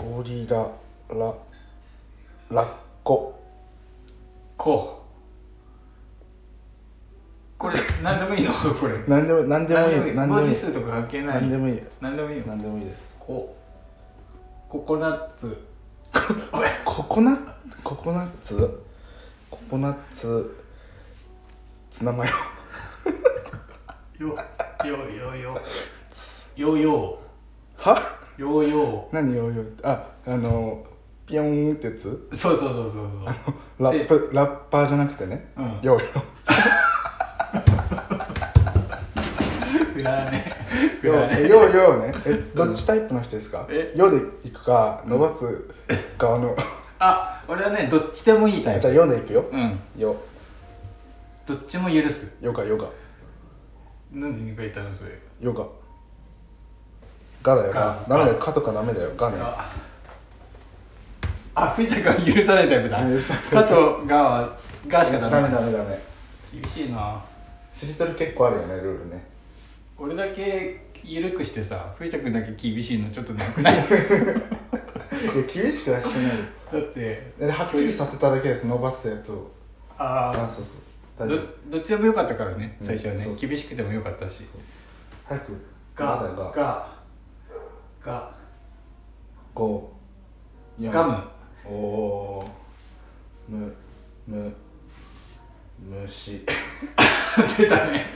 ゴリララッコこれ何でもいいのこれ何でもいい何でもいい文字数とか関係ない。 何でもいい何でもいいよ。 何でもいいです。 ココナッツココナッツツナマヨヨーヨはーヨーヨ何ヨーヨーピヨーンってやつーそうラッパーじゃなくてね、 うん、 ヨーヨーくだらねヨーヨーね。どっちタイプの人ですか？ヨでいくか伸ばす側のあ、俺はねどっちでもいいタイプ。 じゃあヨでいくよ。 うんヨどっちも許す。 ヨガなんで2回言ったのそれ。 ヨガガだよガダメだよ。カとかダメだよ。ガね。 藤田君は許さないタイプだ。カとガはガしかダメ。 ダメ厳しいな。 しりとり結構あるよね、ルールね。 俺だけ緩くしてさ、藤田君だけ厳しいのちょっとなくない？ いや厳しくはしてないよ。 だってはっきりさせただけです。伸ばすやつを。そうどっちでもよかったからね、最初はね、 そう厳しくてもよかったし。 早くガ 5、4 ガムおー虫出たね。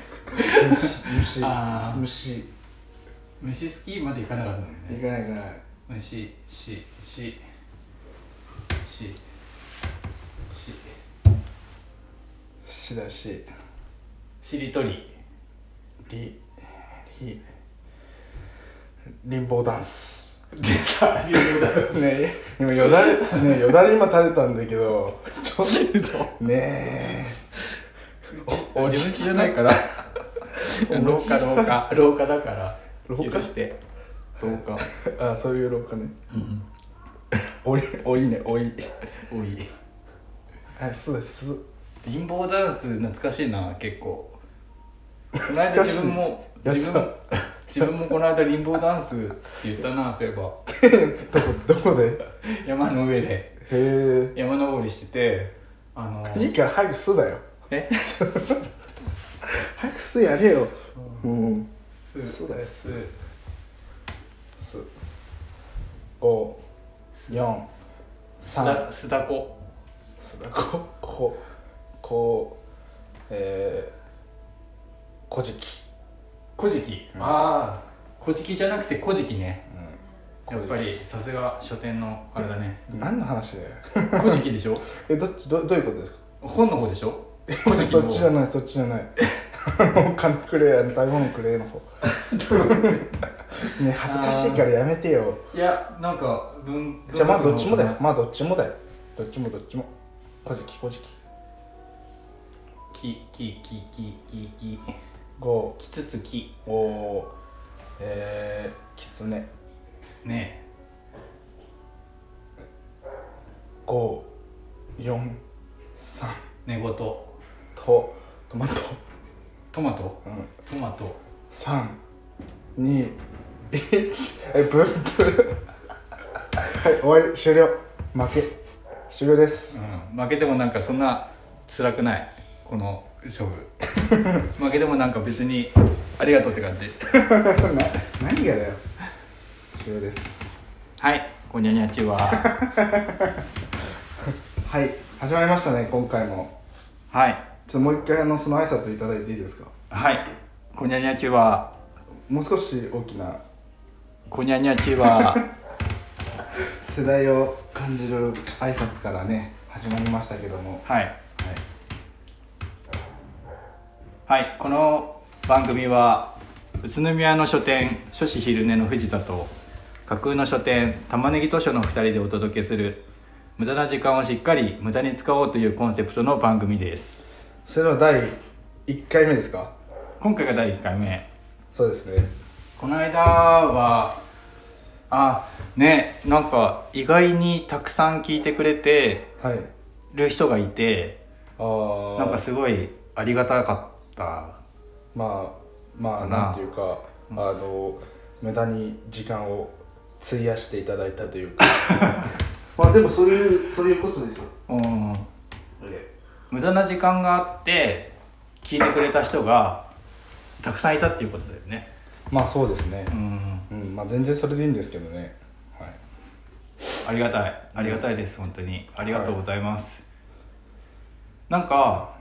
虫虫好きまでいかなかったんだいね。 かないいかない。 虫しだししりとりリンボーダンス出た。リンボーダンスねえ今よだれ今垂れたんだけどちょっ嘘とねえ自分ちじゃないから廊下だから廊下許して廊下あ、そういう廊下ね。 うんおいねおい多い。 そうですリンボーダンス懐かしいな。結構この間懐かしい自分もこの間リンボーダンスって言ったな。そういえばどこで山の上でへえ山登りしてていいから早くすだよ早くすやれよ。すだよす5、4、3 須田子古事記古事記。ああ古事記じゃなくて古事記ね。やっぱりさすが書店のあれだね。 何の話だよ古事記でしょ。 どういうことですか？ 本の方でしょ。 そっちじゃない紙くれ食べ物くれの方ね、恥ずかしいからやめてよ。 いやなんかじゃあまあどっちもだよ。どっちも古事記き 5 きつつききつねね 5、4、3 寝言トマトトマト 3、2、1ブンはい終わり終了終了です。 負けてもなんかそんな辛くないこの勝負負けてもなんか別にありがとうって感じ何がだよ。終了です。 はいこんにゃにゃちははい始まりましたね。今回もはいちょっともう一回その挨拶いただいていいですか？ はいこんにゃにゃちはもう少し大きなこんにゃにゃちは世代を感じる挨拶からね始まりましたけども、 はいこの番組は宇都宮の書店書士昼寝の藤田と架空の書店玉ねぎ図書の2人でお届けする無駄な時間をしっかり無駄に使おうというコンセプトの番組です。 それは第1回目ですか？ 今回が第1回目。 そうですね。 この間はなんか意外にたくさん聞いてくれてる人がいて、なんかすごいありがたかった。 まあなんていうか無駄に時間を費やしていただいたというかまあでもそういうことですよ。 無駄な時間があって聞いてくれた人がたくさんいたっていうことだよね。 まあそうですね。まあ全然それでいいんですけどね。はい。 ありがたいです。本当にありがとうございます。なんか、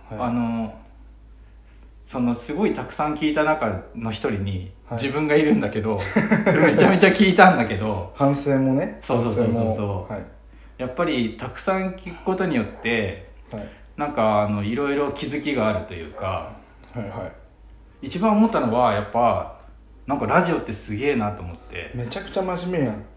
そのすごいたくさん聞いた中の一人に自分がいるんだけど、めちゃめちゃ聞いたんだけど反省もね。 そう、やっぱりたくさん聞くことによって、なんかいろいろ気づきがあるというか、一番思ったのはやっぱなんかラジオってすげえなと思って。 めちゃくちゃ真面目やん、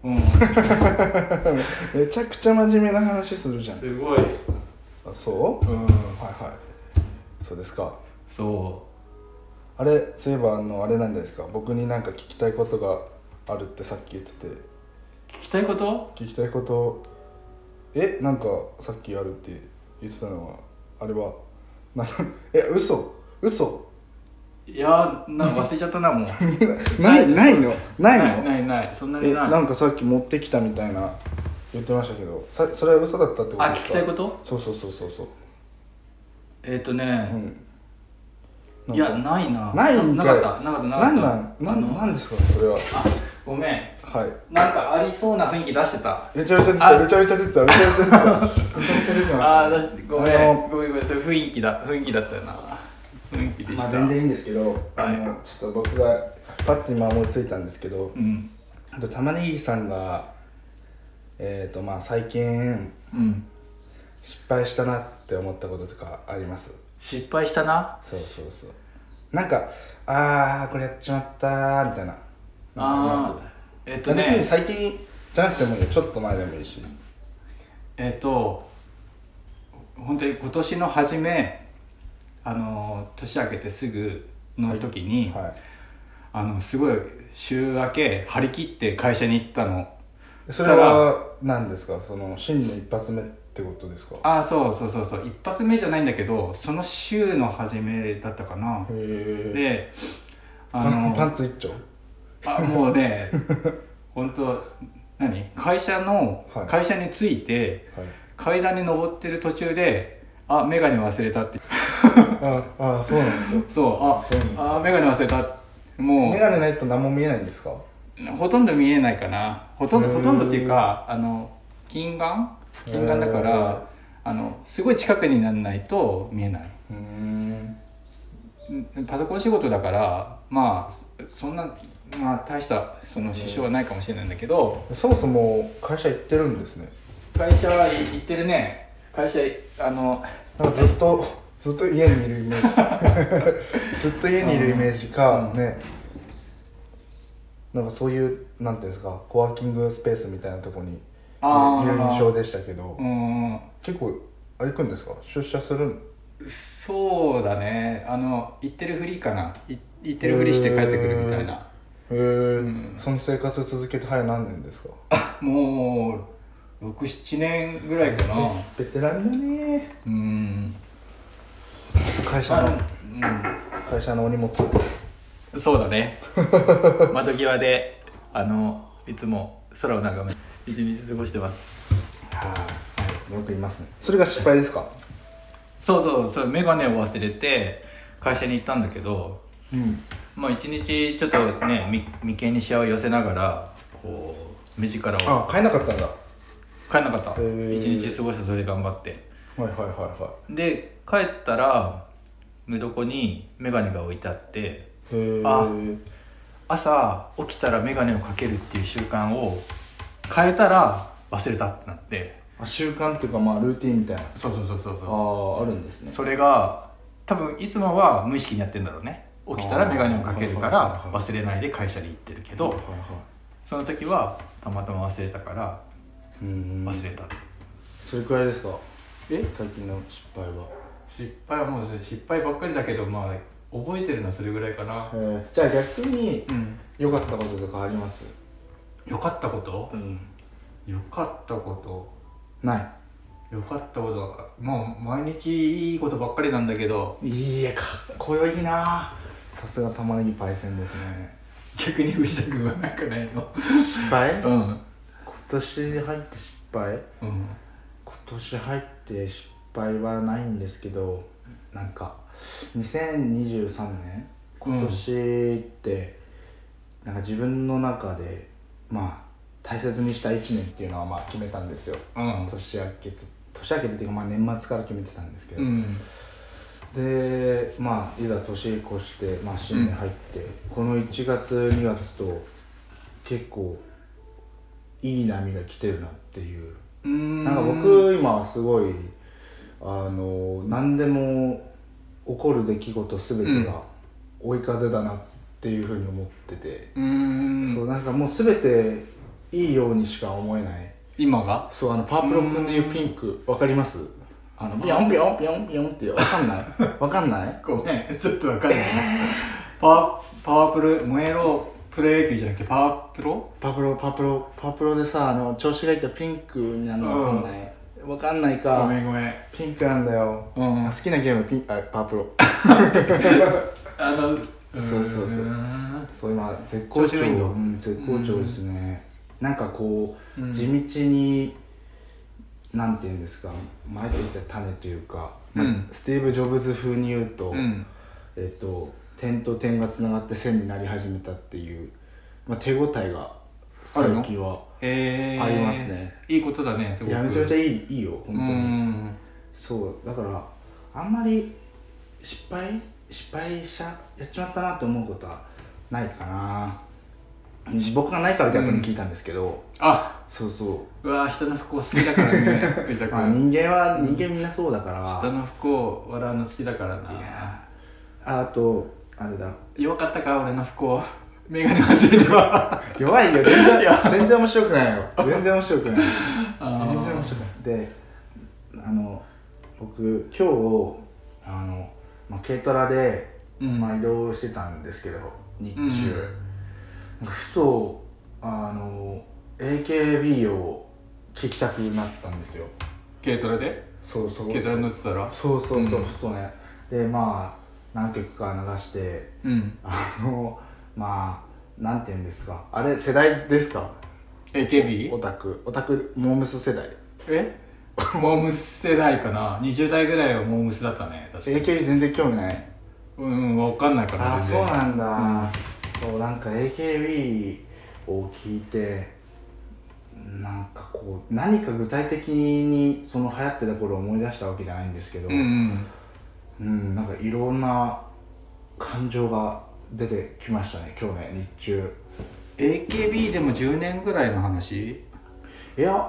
めちゃくちゃ真面目な話するじゃん。 すごい。 あ、そう？そうですか。あれ、そういえばあれなんですか、僕になんか聞きたいことがあるってさっき言ってて。 聞きたいこと？ なんかさっきあるって言ってたのはあれは嘘いやなんか忘れちゃったなもうないのそんなにない。 なんかさっき持ってきたみたいな言ってましたけど、それは嘘だったってことですか？ 聞きたいこと？そういや、ないな。 なんかった。 なんですかそれは。 ごめん。なんかありそうな雰囲気出してた。 めちゃめちゃ出てた。 ごめん、それ雰囲気だったよな。雰囲気でした。 全然いいんですけど、ちょっと僕がパッと今思いついたんですけど、玉ねぎさんがまあ最近失敗したなって思ったこととかあります？ 失敗したな。 そうなんかこれやっちまったーみたいな。あります？別に最近じゃなくてもいいよ、ちょっと前でもいいし。 本当に今年の初め年明けてすぐの時に、すごい週明け張り切って会社に行ったの。 それは何ですか？その新年一発目ってことですか？ そう一発目じゃないんだけど、その週の初めだったかな。でパンツ一丁？ もうね本当会社に着いて、階段に登ってる途中でメガネ忘れたってそうなんですよ。メガネ忘れた。もうメガネないと何も見えないんですか？ ほとんど見えないかな。ほとんどっていうか近眼だからすごい近くにならないと見えない。パソコン仕事だからそんな大したその支障はないかもしれないんだけど、 そもそも会社行ってるんですね。 会社は行ってるね。会社なんかずっと家にいるイメージずっと家にいるイメージかね。なんかそういうなんていうんですか、コワーキングスペースみたいなところにいる印象でしたけど、結構行くんですか？出社する？ そうだね。行ってるふりかな。行ってるふりして帰ってくるみたいな。 その生活続けて何年ですか？ もう 6,7 年ぐらいかな。 ベテランだね。会社のお荷物。 そうだね。窓際でいつも空を眺め一日過ごしてます。 よくいますね。それが失敗ですか？ そうメガネを忘れて会社に行ったんだけど、一日ちょっとね眉間にシワを寄せながらこう目力を変えなかったんだ。 変えなかった。一日過ごしてそれで頑張って、で帰ったら寝床にメガネが置いてあって、朝起きたらメガネをかけるっていう習慣を変えたら忘れたってなって。 習慣っていうかルーティンみたいな。 そうあるんですね。 それが多分いつもは無意識にやってんだろうね。起きたらメガネをかけるから忘れないで会社に行ってるけど、その時はたまたま忘れたから忘れた。 それくらいですか？最近の失敗は。 もう失敗ばっかりだけど覚えてるのはそれぐらいかな。 じゃあ逆に良かったこととかあります？ 良かったこと？良かったことない。 良かったことは毎日いいことばっかりなんだけど。 いや、かっこよいな。さすが玉ねぎパイセンですね。 逆に藤田君はなんかないの？ 失敗？ うん。 今年入って失敗？ うん。 今年入って失敗はないんですけど、なんか2023年今年って、なんか自分の中でまあ大切にした1年っていうのはまあ決めたんですよ、年明けてっていうか、まあ年末から決めてたんですけど、でまあいざ年越して、まあ、新年入って、この1月2月と結構いい波が来てるなっていう、なんか僕今はすごい何でも起こる出来事全てが追い風だなっていうふうに思ってて、そうなんかもう全ていいようにしか思えない。 今がそうパープロ君でいうピンクわかります？ピヨンピヨンピヨンピヨンってわかんない？わかんない？ ごめんちょっとわかんない、パワープロ燃えろプロ野球じゃなくてパワープロでさ調子がいいったピンクになるのわかんない？わかんないか。 ごめんピンクなんだよ、好きなゲームパープロそう今絶好調、絶好調ですね。なんかこう、地道になんていうんですか、前と言った種というか、スティーブ・ジョブズ風に言うと、点と点がつながって線になり始めたっていう、手応えが最近はありますね。 いいことだね、すごく。 いやめちゃめちゃいいよ本当に。そうだからあんまり失敗やっちまったなって思うことはないかな。僕がないから逆に聞いたんですけど、そううわ人の不幸好きだからね藤田君。 人間みんなそうだから、 人の不幸笑うの好きだからな。 いやあとあれだ、 弱かったか俺の不幸、メガネ忘れては弱いよ全然面白くないよ全然面白くないで僕今日軽トラで、移動してたんですけど日中、ふとAKB を聴きたくなったんですよ。 軽トラで？軽トラ乗ってたら？そう、ふとね。で何曲か流して、なんていうんですか、あれ世代ですか？ AKB？ オタクモームス世代。 モームス世代かな。20代ぐらいはモームスだったね。確かに AKB 全然興味ない。 分かんないから全然。そうなんだ、そうなんか AKB を聞いて、なんかこう何か具体的にその流行ってた頃を思い出したわけじゃないんですけど、なんかいろんな感情が出てきましたね今日ね、日中。 AKB でも10年ぐらいの話？ いや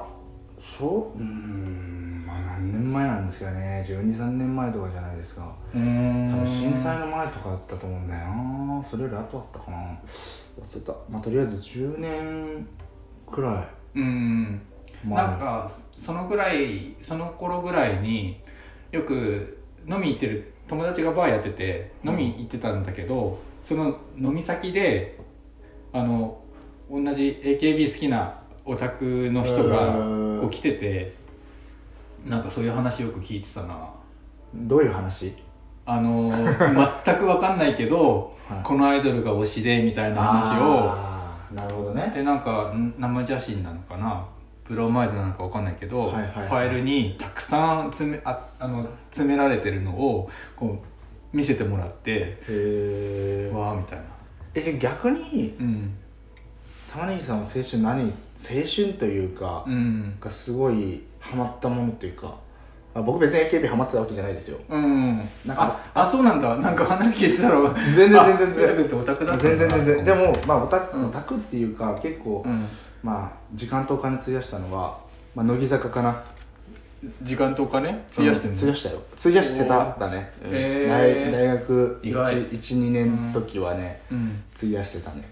何年前なんですかね、12、13年前とかじゃないですか。多分震災の前とかだったと思うんだよな。それより後だったかな、忘れた。とりあえず10年くらい。 なんかその頃ぐらいによく飲み行ってる友達がバーやってて飲み行ってたんだけど、その飲み先で同じ AKB 好きなオタクの人がこう来てて、なんかそういう話よく聞いてたな。 どういう話？ 全く分かんないけど、このアイドルが推しでみたいな話を。 なるほどね。 でなんか生写真なのかな、ブロマイドなのか分かんないけど、ファイルにたくさん詰められてるのをこう見せてもらって、わーみたいな。 逆に、玉ねぎさんは青春というか、がすごいハマったものというか、僕別に AKB ハマってたわけじゃないですよ。 なんかそうなんだ。なんか話聞いてたら全然オタクだった。全然でもオタクっていうか結構、時間とお金費やしたのは、乃木坂かな。 時間とお金費やしてんの？ 費やしてただね。大学 1,2 年の時はね、費やしてたね。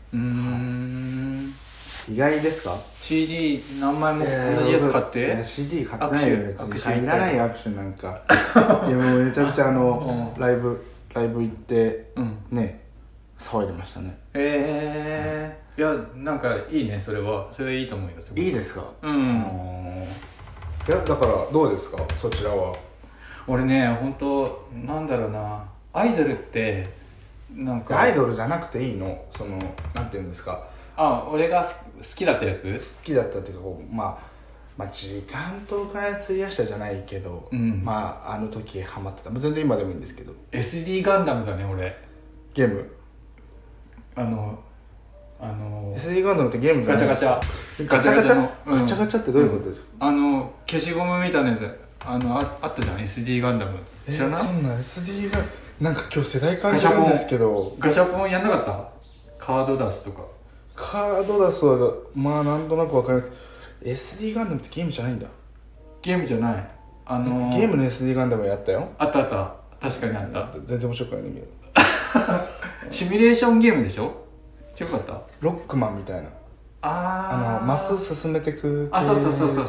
意外ですか？ CD 何枚も同じやつ買って？ CD 買ってないよね。いらないよ握手なんか。いやもうめちゃくちゃライブ行ってね騒いでましたね。 いやなんかいいね、それいいと思うよ。 いいですか？いやだからどうですかそちらは？ 俺ね本当なんだろうな、アイドルってなんかアイドルじゃなくていいの、そのなんていうんですか、 俺が好きだったやつ、 好きだったっていうかこう、まあ時間とお金費やしたじゃないけど、まああの時ハマってた、全然今でもいいんですけど。 SD ガンダムだね俺。 ゲームSD ガンダムってゲームじゃない、 ガチャガチャガチャの、 ガチャガチャってどういうことですか？ 消しゴムみたいなやつあったじゃん SD ガンダム。知らない？ こんな SD がなんか今日世代感じるんですけど、 ガシャポンやんなかった？カード出すとか。 カード出すはまあなんとなくわかります。 SD ガンダムってゲームじゃないんだ。 ゲームじゃない。 ゲームの SD ガンダムやったよ。 あった確かにあった。 全然面白くないんだけどシミュレーションゲームでしょ？違かった？ ロックマンみたいな、マス進めてく系。そう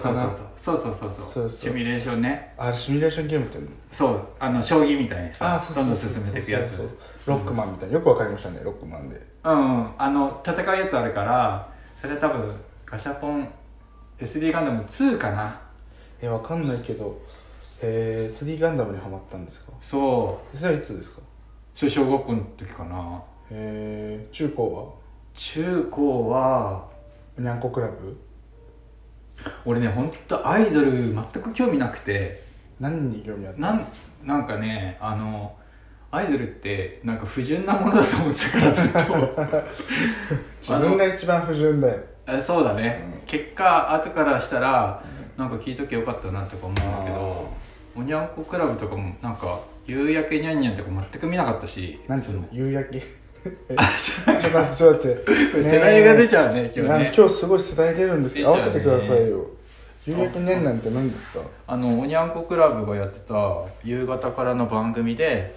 シミュレーションね。 シミュレーションゲームってそう将棋みたいにさどんどん進めていくやつ。 ロックマンみたいな、よくわかりましたね、ロックマンで。 戦うやつあるから、それ多分ガシャポン SD ガンダム2かな。 わかんないけど、SD ガンダムにハマったんですか？ それはいつですか？ 小学校の時かな。 中高はにゃんこクラブ。 俺ね、ほんとアイドル全く興味なくて。 何に興味あった？ なんかね、アイドルってなんか不純なものだと思ってたからずっと自分が一番不純だよ。 そうだね、結果後からしたらなんか聞いときゃよかったなとか思うんだけど、おにゃんこクラブとかもなんか夕焼けにゃんにゃんとか全く見なかったし。 何その夕焼けちょっと待って世代が出ちゃうね今日ね。 今日すごい世代出るんですけど、合わせてくださいよ。夕焼けにゃんなんて何ですか？ おにゃんこクラブがやってた夕方からの番組で、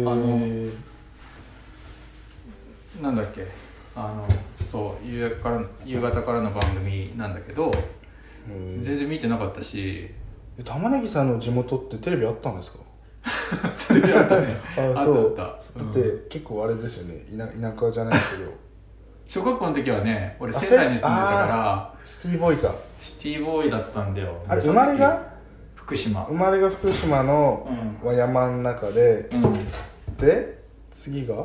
なんだっけ、そう夕方からの番組なんだけど、全然見てなかったし。 玉ねぎさんの地元ってテレビあったんですか？ テレビあったね。あった。 だって結構あれですよね、田舎じゃないけど小学校の時はね、俺仙台に住んでたからシティボーイか。 シティボーイだったんだよ。 あれ生まれが福島の山の中で、で次が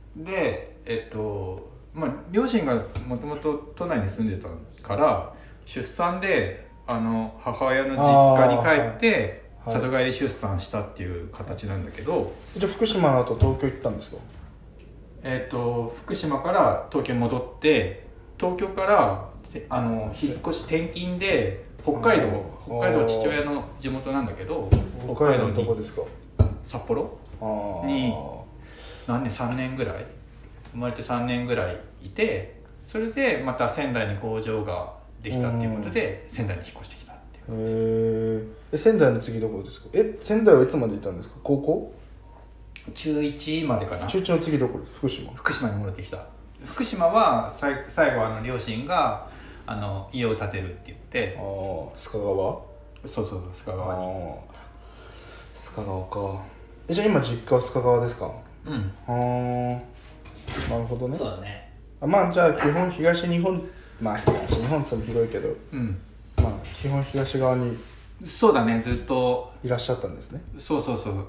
両親がもともと都内に住んでたから出産で母親の実家に帰って里帰り出産したっていう形なんだけど。 じゃあ福島の後東京行ったんですか？ 福島から東京に戻って、東京から引っ越し転勤で北海道父親の地元なんだけど、 北海道のどこですか？ 札幌に3年ぐらい、生まれて3年ぐらいいて、それでまた仙台に工場ができたっていうことで仙台に引っ越してきたっていう。 仙台の次どこですか？仙台はいつまでいたんですか？高校？ 中1までかな。 中1の次どこです？ 福島に戻ってきた。福島は最後両親が家を建てるって言って、 須賀川？ そう須賀川に。 須賀川か。じゃあ今実家は須賀川ですか？ うん。 なるほどね。 そうだね。 まあじゃあ基本東日本、東日本っても広いけど、基本東側に。 そうだね、ずっといらっしゃったんですね。 そう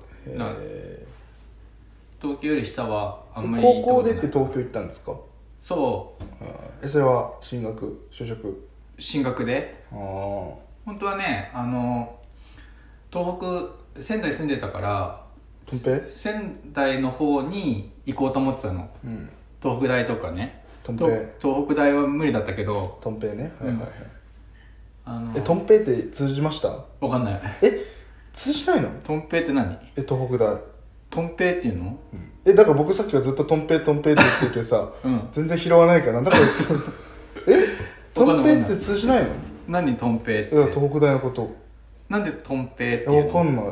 東京より下はあんまり高校出て東京行ったんですか？ そう。 それは就職で、本当はね、東北仙台住んでたから仙台の方に行こうと思ってたの、東北大とかね。東北大は無理だったけど。 とんぺいね、とんぺいって通じました？ わかんない。 通じないの？ とんぺいって何？ 東北大とんぺいっていうの？ だから僕さっきはずっととんぺいって言ってるけどさ、全然拾わないから、だからとんぺいって通じないの？ 何とんぺいって？ 東北大のこと。 なんでとんぺいっていうの？ わかんない。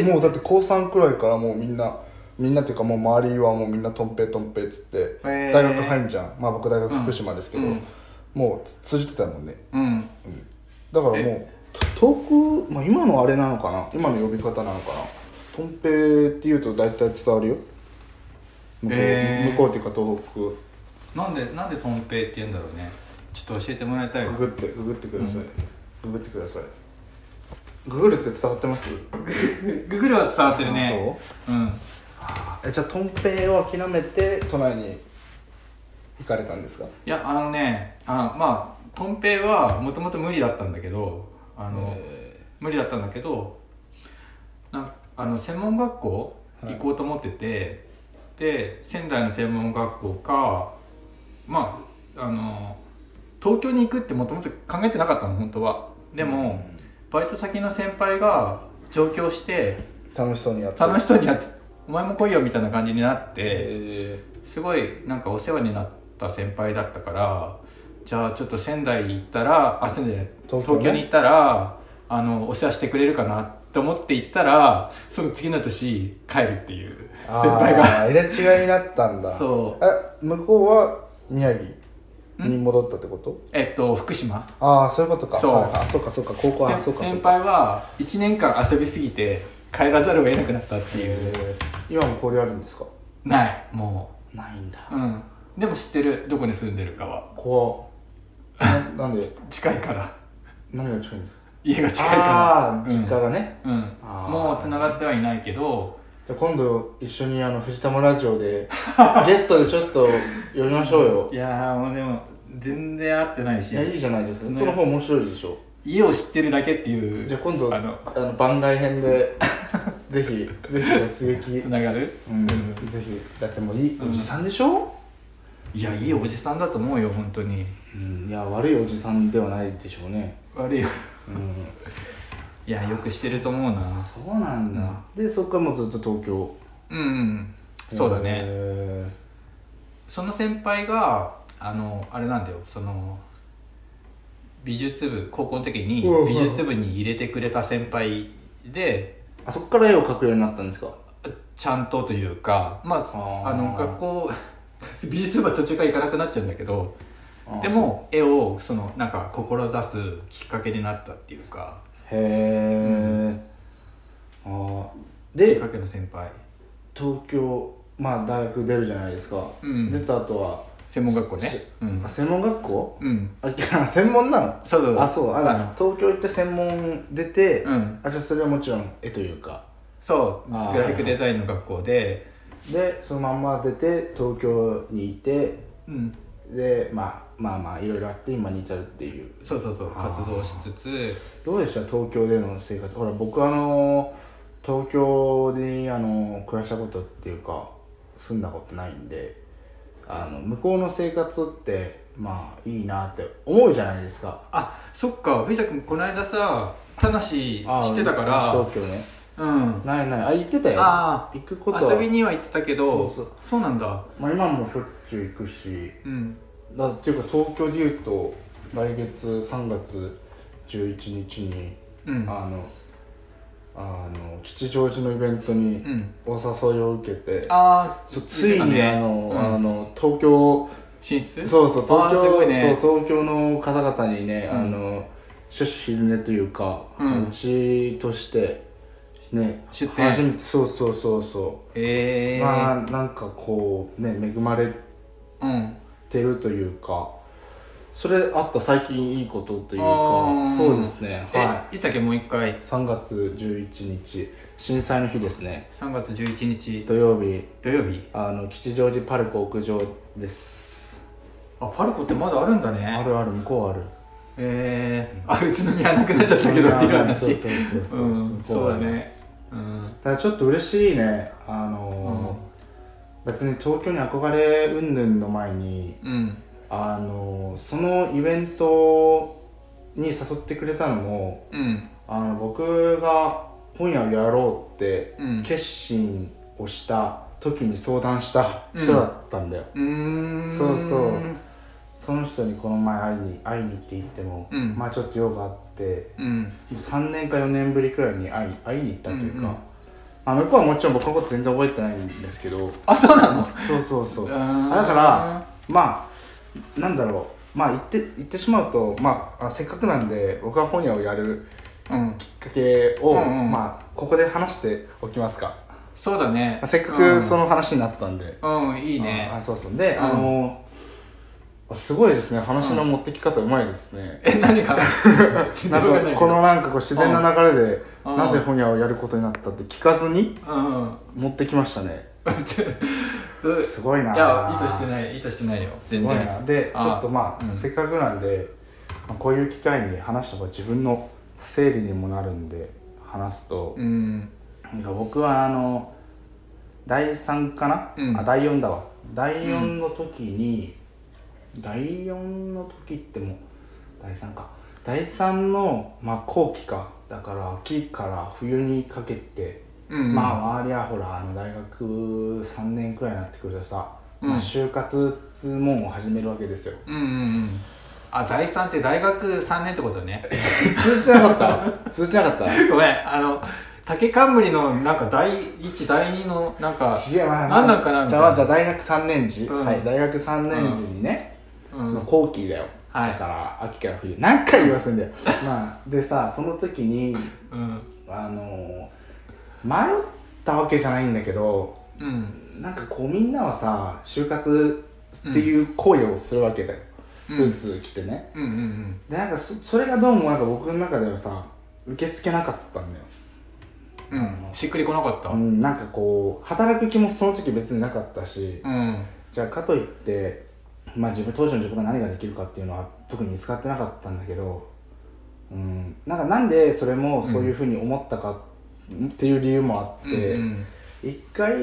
もうだって高3くらいからもうみんなっていうかもう周りはもうみんなとんぺいっつって大学入んじゃん。僕大学福島ですけど、もう通じてたもんね。だからもう東北、今のあれなのかな、今の呼び方なのかな。とんぺいって言うと大体伝わるよ。向こうっていうか東北。 なんでとんぺいって言うんだろうね。ちょっと教えてもらいたいわ。 ググってください。ググってください。ググるって伝わってます？ ググるは伝わってるね。 そう？ じゃあトンペイを諦めて都内に行かれたんですか？ いやまあトンペイはもともと無理だったんだけど無理だったんだけど専門学校行こうと思ってて、で仙台の専門学校か東京に行くってもともと考えてなかったの本当は。でも、バイト先の先輩が上京して楽しそうにやってお前も来いよみたいな感じになって、すごいなんかお世話になった先輩だったから、じゃあちょっと仙台行ったら東京に行ったらお世話してくれるかなって思って行ったら、その次の年帰るっていう先輩が入れ違いになったんだ。 そう向こうは宮城に戻ったってこと？ 福島。 そういうことか。そうか高校はそうか。 先輩は1年間遊びすぎて帰らざるを得なくなったっていう。 今も交流あるんですか？ ない、もうないんだ。 でも知ってる、どこに住んでるかは。 なんで近いから。 何が近いんですか？ 家が近いから。 実家がね。 もう繋がってはいないけど、 じゃあ今度一緒に藤玉ラジオでゲストでちょっと呼びましょうよ。 いやもうでも全然会ってないし。 いや、いいじゃないですか。その方面白いでしょ。 家を知ってるだけっていう。 じゃあ今度番外編でぜひ突撃つながる。 ぜひ。だってもういいおじさんでしょ？ いや、いいおじさんだと思うよ本当に。 いや、悪いおじさんではないでしょうね。 悪いよ。いや、よくしてると思うな。 そうなんだ。でそっからもうずっと東京。 そうだね。その先輩があれなんだよ、美術部、高校の時に美術部に入れてくれた先輩で、 そっから絵を描くようになったんですか？ ちゃんとというか、学校美術部は途中から行かなくなっちゃうんだけど、でも絵をなんか志すきっかけになったっていうか。 へえ。 で、きっかけの先輩。 東京大学出るじゃないですか。出た後は専門学校ね。 専門学校？専門なの？そう。東京行って専門出て、じゃあそれはもちろん絵というか。 そう、グラフィックデザインの学校で、 そのまんま出て東京にいて、でいろいろあって今に至るっていう。 そう活動しつつ。 どうでした東京での生活？ほら僕東京に暮らしたことっていうか住んだことないんで、向こうの生活っていいなって思うじゃないですか。 そっか。藤田君この間さ田無してたから。 東京ね。ない行ってたよ。行くこと遊びには行ってたけど。そうなんだ。 今もしょっちゅう行くし、っていうか東京でいうと来月3月11日に吉祥寺のイベントにお誘いを受けて、ついに東京進出？ 東京の方々にね、初子昼寝というか、うちとしてね、 出店初めて。なんか恵まれてるというか、それあった最近いいことというか。そうですね。 いつだっけ？もう一回。 3月11日震災の日ですね。 3月11日土曜日。吉祥寺パルコ屋上です。 パルコってまだあるんだね。 ある、向こうある。 宇都宮なくなっちゃったけどっていう話。そうだね。 ただちょっと嬉しいね。別に東京に憧れ云々の前に、そのイベントに誘ってくれたのも、僕が本屋をやろうって決心をした時に相談した人だったんだよ。その人にこの前会いに行って言っても、ちょっと用があって、3年か4年ぶりくらいに会いに行ったというか、向こうはもちろん僕のこと全然覚えてないんですけど。 そうなの？ そうだからなんだろう、言ってしまうと、せっかくなんで僕が本屋をやるきっかけを、ここで話しておきますか。 そうだね。 せっかくその話になったんで。 いいね。 で、すごいですね、話の持ってき方うまいですね。 何かこの自然な流れでなんで本屋をやることになったって聞かずに持ってきましたね。 すごいな。 いや、意図してないよ、 全然。すごいな。でちょっとまあ、せっかくなんで、こういう機会に話した方が自分の整理にもなるんで話すと、僕は第3かな、第4だわ。第4の時に、第4の時ってもう第3か、第3の、後期か、だから秋から冬にかけて、周りはほら大学3年くらいになってくるとさ、就活つもんを始めるわけですよ。 あ、第3って大学3年ってことね。 通じなかったごめん、竹冠のなんか第1第2のなんか何なんかなみたいな。 じゃあ大学3年時、はい、大学3年時にね、後期だよ。だから秋から冬何回言わせんだよ。でさ、その時に迷ったわけじゃないんだけど、なんかこうみんなはさ就活っていう行為をするわけだよ、スーツ着てね。でなんかそれがどうもなんか僕の中ではさ受け付けなかったんだよ。 しっくりこなかった。 なんかこう働く気もその時別になかったし、じゃあかといって当時の自分が何ができるかっていうのは特に見つかってなかったんだけど、なんでそれもそういうふうに思ったかっていう理由もあって、一回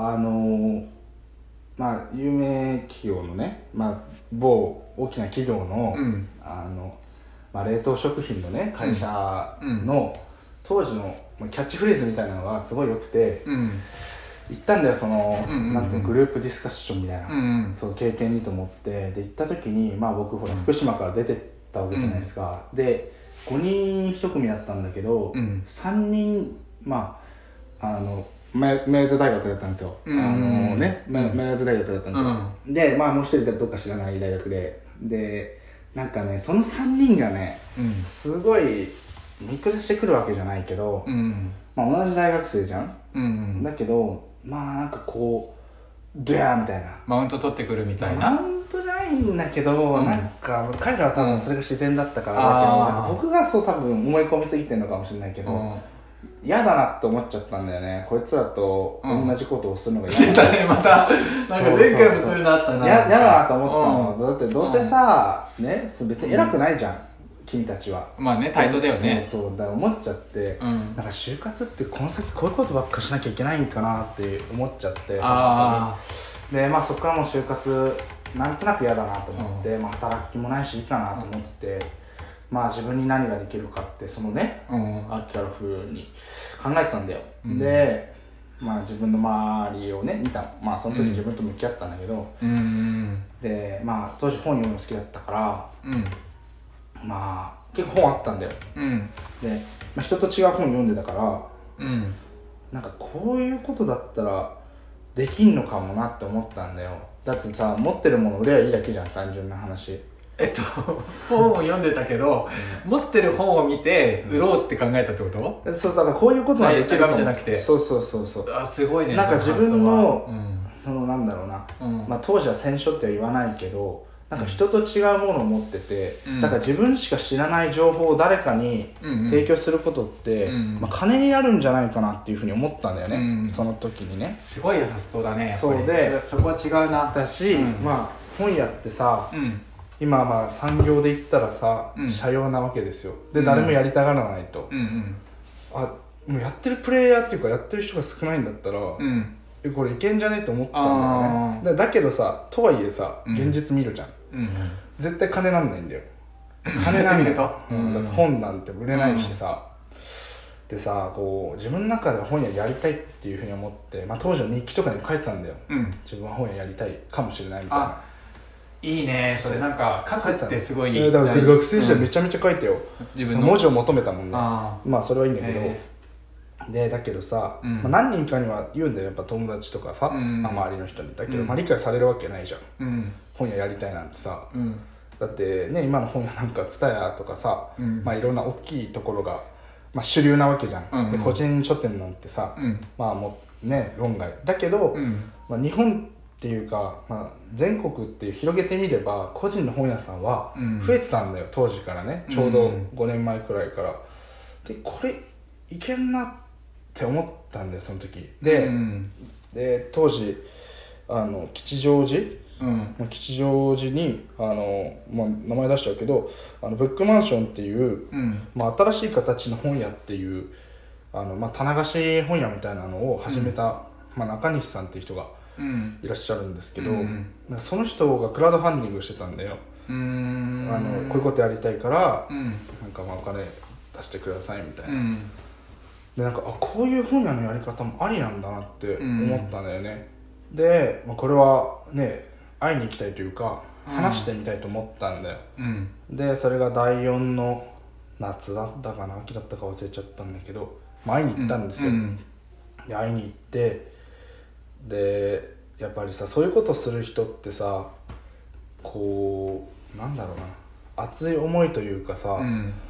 有名企業のね、某大きな企業の、冷凍食品のね会社の当時のキャッチフレーズみたいなのがすごい良くて、行ったんだよ、そのなんていうの、グループディスカッションみたいな、そう経験にと思って。で行った時に僕ほら福島から出てったわけじゃないですか。で5人1組だったんだけど、3人明治大学だったんですよ。明治大学だったんですよ。でもう一人どっか知らない大学でなんかね、その3人がね、すごい見下してくるわけじゃないけど、同じ大学生じゃん。だけどなんかこうドヤーみたいなマウント取ってくるみたいな。 マウントじゃないんだけど、なんか彼らは多分それが自然だったからだけど、僕がそう多分思い込みすぎてるのかもしれないけど、嫌だなって思っちゃったんだよね。こいつらと同じことをするのが嫌だね。またなんか前回もそういうのあったな。 嫌だなと思ったの。だってどうせさ、別に偉くないじゃん、君たちは。 対等だよね。 そうだから思っちゃって、なんか就活ってこの先こういうことばっかしなきゃいけないんかなって思っちゃって、でそこからもう就活なんとなく嫌だなと思って、働く気もないしいいかなと思ってて、自分に何ができるかってそのね、秋から冬に考えてたんだよ。で自分の周りをね見たの。その時自分と向き合ったんだけど、で当時本読むの好きだったから、結構本あったんだよ。で、人と違う本読んでたから、なんかこういうことだったらできんのかもなって思ったんだよ。だってさ、持ってるもの売ればいいだけじゃん、単純な話。 本を読んでたけど、持ってる本を見て売ろうって考えたってこと？ そう、だからこういうことはできるかも。 じゃなくて。 そう。 すごいね。 なんか自分の、なんだろうな、当時は選書っては言わないけど、なんか人と違うものを持ってて、だから自分しか知らない情報を誰かに提供することって、金になるんじゃないかなっていうふうに思ったんだよね、その時にね。 すごい発想だね。 そうで、 そこは違うな。 だし、本屋ってさ、今産業で言ったらさ、社用なわけですよ。で、誰もやりたがらないと。もうやってるプレイヤーっていうかやってる人が少ないんだったら、これいけんじゃねって思ったんだよね。だけどさ、とはいえさ、現実見るじゃん。絶対金なんないんだよ。金なんだよ。だって本なんて売れないしさ。でさ、こう自分の中で本屋やりたいっていうふうに思って、当時の日記とかにも書いてたんだよ。自分は本屋やりたいかもしれないみたいな。 いいね、それなんか書くってすごい。 だから学生時代めちゃめちゃ書いてよ。自分の文字を求めたもんね。それはいいんだけど。でだけどさ、何人かには言うんだよ、やっぱ友達とかさ、周りの人に。だけど、理解されるわけないじゃん、本屋やりたいなんてさ。だってね、今の本屋なんかTSUTAYAとかさ、いろんな大きいところが、主流なわけじゃん。で個人書店なんてさ、もうね論外だけど、日本っていうか、全国っていう広げてみれば個人の本屋さんは増えてたんだよ、当時からね。ちょうど5年前くらいから。でこれいけんなって思ったんだよ、その時で。 で当時吉祥寺、吉祥寺に名前出しちゃうけどブックマンションっていう、新しい形の本屋っていう棚貸し本屋みたいなのを始めた、中西さんっていう人がいらっしゃるんですけど、なんかその人がクラウドファンディングしてたんだよ。こういうことやりたいから、なんかお金出してくださいみたいな、でなんかこういう本屋のやり方もありなんだなって思ったんだよね。で、これはね会いに行きたいというか話してみたいと思ったんだよ、でそれが第4の夏だったかな秋だったか忘れちゃったんだけど、会いに行ったんですよ、で会いに行ってでやっぱりさそういうことする人ってさこうなんだろうな熱い思いというかさ、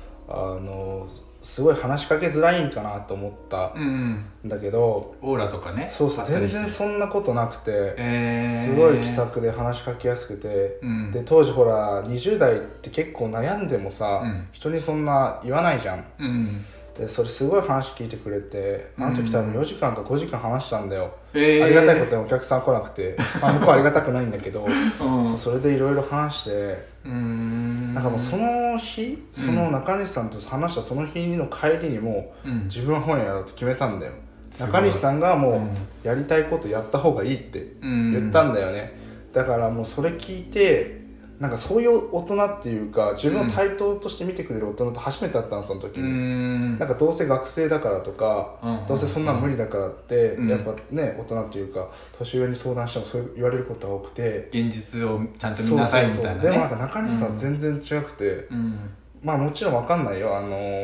すごい話しかけづらいんかなと思ったんだけど、 オーラとかね、 そう全然そんなことなくて、すごい気さくで話しかけやすくて、で当時ほら20代って結構悩んでもさ、人にそんな言わないじゃん、でそれすごい話聞いてくれて、あの時多分4時間か5時間話したんだよ、ありがたいことにお客さん来なくて、向こうはありがたくないんだけど、それでいろいろ話して、なんかもうその日、その中西さんと話したその日の帰りにも自分は本屋やろうって決めたんだよ、中西さんがもうやりたいことやった方がいいって言ったんだよね、だからもうそれ聞いてなんかそういう大人っていうか自分を対等として見てくれる大人と初めて会ったのその時に、なんかどうせ学生だからとか、どうせそんな無理だからって、やっぱね大人っていうか年上に相談してもそう言われることが多くて、 現実をちゃんと見なさいみたいなね。 でもなんか中西さんは全然違くて、もちろんわかんないよ、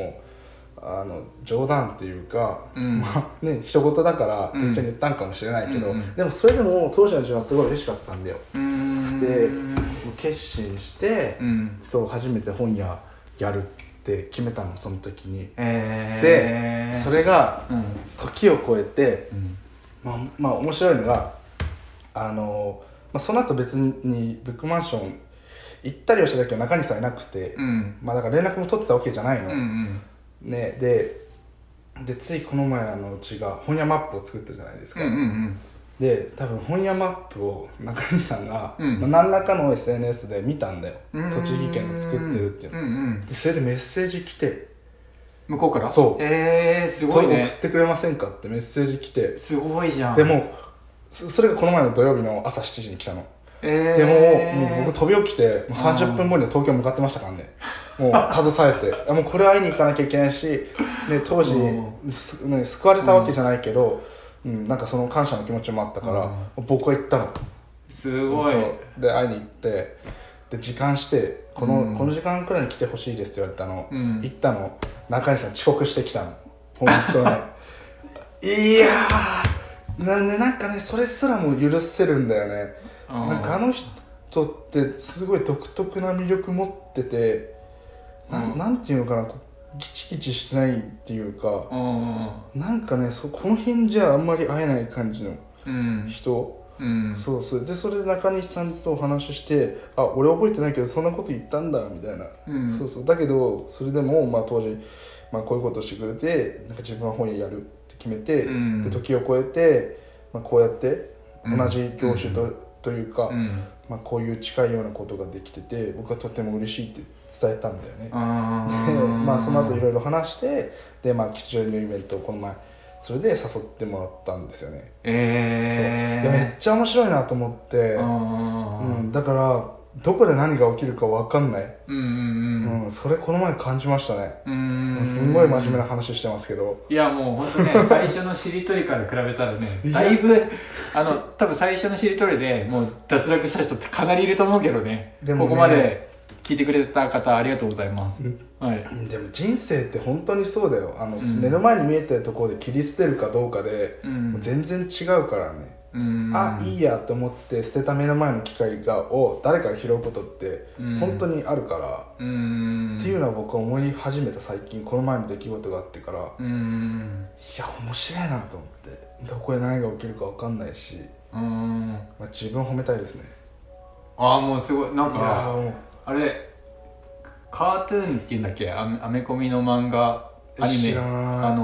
冗談っていうか、一言だから適当に言ったんかもしれないけど、でもそれでも当時の自分はすごい嬉しかったんだよ。で決心して、そう初めて本屋やるって決めたのその時に、でそれが時を超えて、面白いのがその後別にブックマンション行ったりはしたけど中西さんいなくて、だから連絡も取ってたわけじゃないの、ね、でついこの前うちが本屋マップを作ったじゃないですか、で多分本屋マップを中西さんが、何らかの SNS で見たんだよ、栃木県の作ってるっていうの、でそれでメッセージ来て、 向こうから、 そうすごいね、 送ってくれませんかってメッセージ来て、 すごいじゃん。 でもそれがこの前の土曜日の朝7時に来たの、でも僕飛び起きてもう30分後には東京向かってましたからね、もう携えてもうこれ会いに行かなきゃいけないし、ね、当時、救われたわけじゃないけど、なんかその感謝の気持ちもあったから、僕は行ったの。 すごい。 で会いに行ってで時間してこの時間くらいに来てほしいですって言われたの、行ったの、中西さん遅刻してきたの本当にいやーなんかねそれすらも許せるんだよね。なんかあの人ってすごい独特な魅力持ってて、なんていうのかな、ギチギチしてないっていうか、なんかねこの辺じゃあんまり会えない感じの人、そうでそれで中西さんとお話しして、俺覚えてないけどそんなこと言ったんだみたいな、だけどそれでも当時、こういうことをしてくれて、なんか自分は本屋やるって決めて、で時を超えて、こうやって同じ業種というか、こういう近いようなことができてて僕はとても嬉しいって伝えたんだよね。でその後いろいろ話して、で吉祥寺のイベントをこの前それで誘ってもらったんですよね。でめっちゃ面白いなと思って、だからどこで何が起きるか分かんない、それこの前感じましたね。すんごい真面目な話してますけど、 いやもう本当ね最初のしりとりから比べたらねだいぶ多分最初のしりとりでもう脱落した人ってかなりいると思うけどね、ここまで聞いてくれた方ありがとうございます、 でも人生って本当にそうだよ。目の前に見えてるところで切り捨てるかどうかで、もう全然違うからね。いいやと思って捨てた目の前の機械を誰かが拾うことって本当にあるから、っていうのは僕は思い始めた最近、この前の出来事があってから、いや面白いなと思って、どこで何が起きるか分かんないし、自分を褒めたいですね。 もうすごい、なんかあれカートゥーンっていうんだっけ、アメコミの漫画アニメ、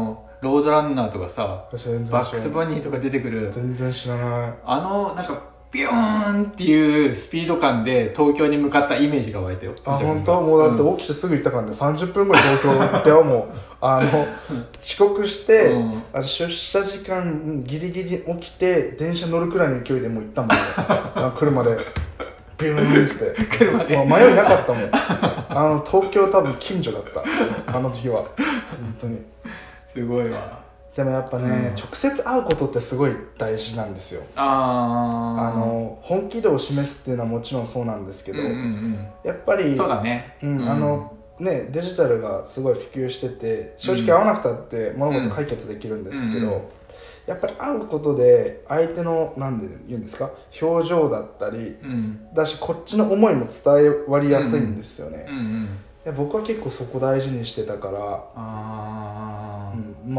ロードランナーとかさ全然知らないバックスバニーとか出てくる全然知らない。 なんかビューンっていうスピード感で東京に向かったイメージが湧いたよ。 本当？もうだって起きてすぐ行ったからね、30分ぐらい東京行ってよ。もう遅刻して、出社時間ギリギリ起きて電車乗るくらいの勢いでもう行ったもんね車でビューンって車でもう迷いなかったもん東京多分近所だったあの時は本当にすごいわ。 でもやっぱね、直接会うことってすごい大事なんですよ。本気度を示すっていうのはもちろんそうなんですけど、やっぱりそうだね、 デジタルがすごい普及してて正直会わなくたって物事解決できるんですけど、やっぱり会うことで相手の何で言うんですか表情だったり、だしこっちの思いも伝わりやすいんですよね。僕は結構そこ大事にしてたから、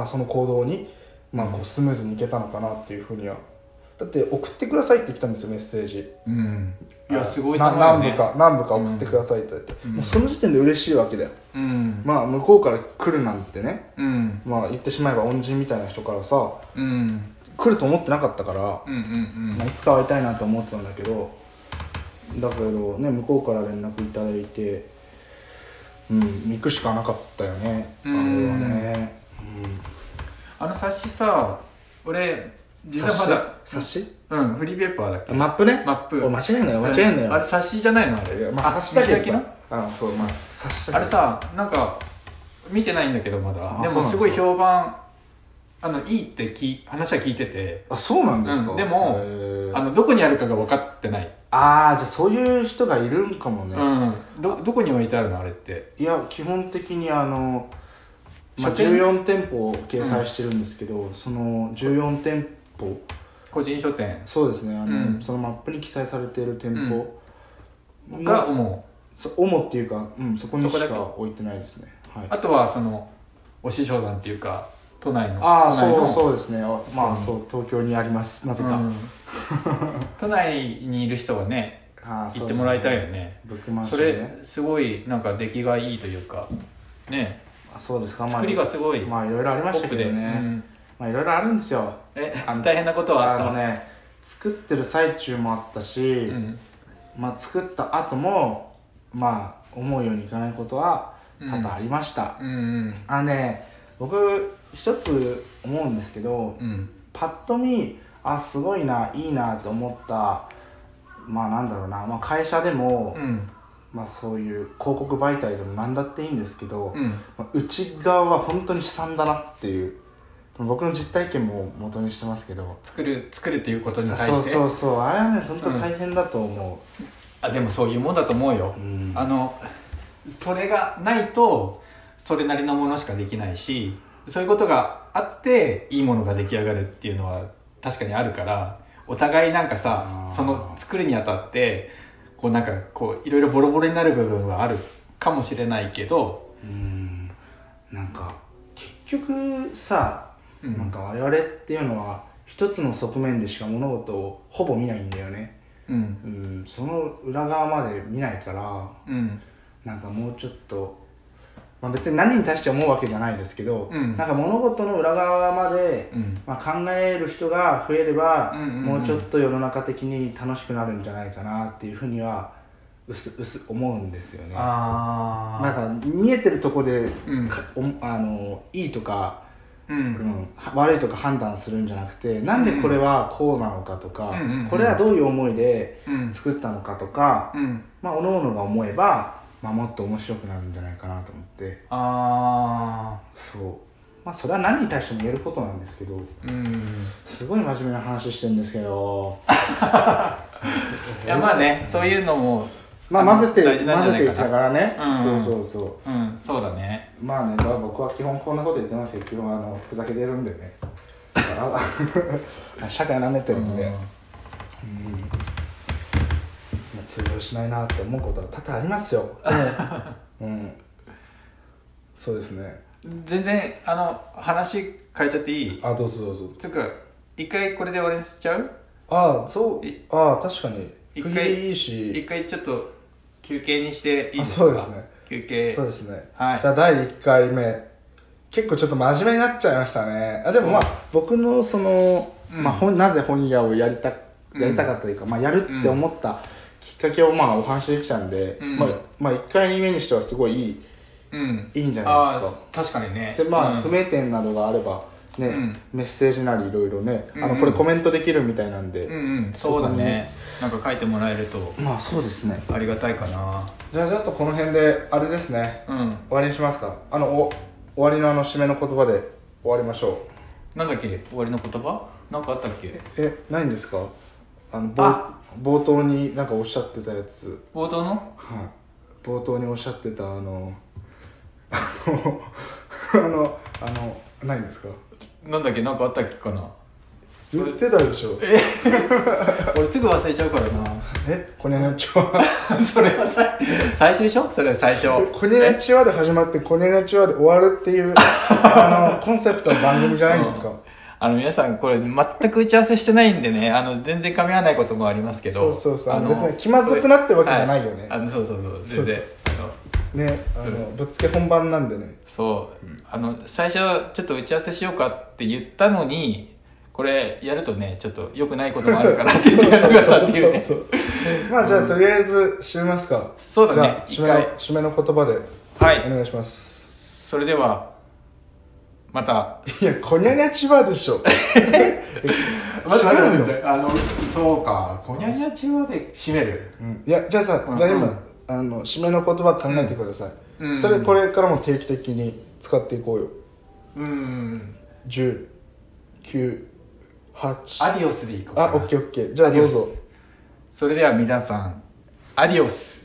その行動に、こうスムーズにいけたのかなっていうふうには。だって送ってくださいって言ったんですよ、メッセージ。 いやすごい何部か送ってくださいって言って、もうその時点で嬉しいわけだよ。向こうから来るなんてね、言ってしまえば恩人みたいな人からさ、来ると思ってなかったから、いつか会いたいなと思ってたんだけどね、向こうから連絡いただいて、行くしかなかったよね、あれはね。 冊子さ、俺実はまだ冊子？ フリーペーパーだっけ？ マップね。 マップ。 間違えんなよ。 あれ冊子じゃないのあれ？ 冊子だけどさ。そう、冊子だけど。 あれさ、なんか見てないんだけどまだ。でもすごい評判いいって話は聞いてて。 そうなんですか。 でもどこにあるかが分かってない。 じゃあそういう人がいるんかもね。 どこに置いてあるのあれって？ いや基本的に14店舗を掲載してるんですけど、その14店舗個人書店。 そうですね。そのマップに記載されている店舗が主っていうか、そこにしか置いてないですね。 あとはそのお師匠さんっていうか都内のそうですね。そう東京にあります。なぜか都内にいる人はね行ってもらいたいよね。それすごいなんか出来がいいというかね。 そうですか。 作りがすごいいろいろありましたけどね。いろいろあるんですよ。 大変なことはあった？ 作ってる最中もあったし、作った後も思うようにいかないことは多々ありました。僕一つ思うんですけど、パッと見すごいないいなと思った会社でも、そういう広告媒体でも何だっていいんですけど、内側は本当に悲惨だなっていう、僕の実体験も元にしてますけど、 作るっていうことに対してそうあれはね本当大変だと思う。でもそういうもんだと思うよ。それがないとそれなりのものしかできないし、そういうことがあっていいものが出来上がるっていうのは確かにあるから、お互いなんかさ、その作るにあたっていろいろボロボロになる部分はあるかもしれないけど、 結局さ、我々っていうのは一つの側面でしか物事をほぼ見ないんだよね。その裏側まで見ないから、もうちょっと、別に何に対して思うわけじゃないですけど、物事の裏側まで、考える人が増えれば、もうちょっと世の中的に楽しくなるんじゃないかなっていうふうには思うんですよね。見えてるとこで、いいとか、悪いとか判断するんじゃなくて、なんでこれはこうなのかとか、これはどういう思いで作ったのかとか、各々が思えば、もっと面白くなるんじゃないかなと思って。それは何に対しても言えることなんですけど、すごい真面目な話してるんですけどいやそういうのも混ぜていったからね。 そうだね。 僕は基本こんなこと言ってますよ。基本ふざけてるんでね。だから社会なめてるんで、通用しないなって思うことは多々ありますよ。そうですね。 全然話変えちゃっていい？ どうぞ。 つうか一回これで終わりにしちゃう？ 確かに区切りいいし、 一回ちょっと休憩にしていいですか？ そうですね。 休憩。 そうですね。 はい。 じゃあ第1回目結構ちょっと真面目になっちゃいましたね。でもまあ僕のその、なぜ本屋をやりたかったというか、やるって思ったきっかけをお話できたんで、1回目にしてはすごいいいんじゃないですか。 確かにね。 で不明点などがあればね、メッセージなりいろいろね、これコメントできるみたいなんで、 そうだね。なんか書いてもらえるとそうですね、 ありがたいかな。 じゃあちょっとこの辺であれですね、終わりにしますか。終わりの締めの言葉で終わりましょう。なんだっけ、終わりの言葉なんかあったっけ。 ないんですか。冒頭になんかおっしゃってたやつ。 冒頭の、 冒頭におっしゃってたないんですか。 なんだっけ、なんかあったっけかな。 言ってたでしょ。 俺すぐ忘れちゃうからな。 こにゃにゃちはそれは最初でしょ。それは最初。 こにゃにゃちはで始まってこにゃにゃちはで終わるっていうコンセプトの番組じゃないんですか。 皆さんこれ全く打ち合わせしてないんでね、全然噛み合わないこともありますけど、 そう別に気まずくなってるわけじゃないよね。 そう全然ね、ぶっつけ本番なんでね。 最初ちょっと打ち合わせしようかって言ったのに、これやるとねちょっと良くないこともあるからって言ってやらなかったっていうね。 じゃあとりあえず締めますか。 そうだね。 じゃあ締めの言葉でお願いします。 それではまた。 いや、こにゃにゃちはでしょ。 待ってそうか、こにゃにゃちはで締める。 いや、じゃあ今締めの言葉考えてください。それこれからも定期的に使っていこうよ。10、9、8。 アディオスでいこうかな。 オッケー。じゃあどうぞ。 それでは皆さん、アディオス。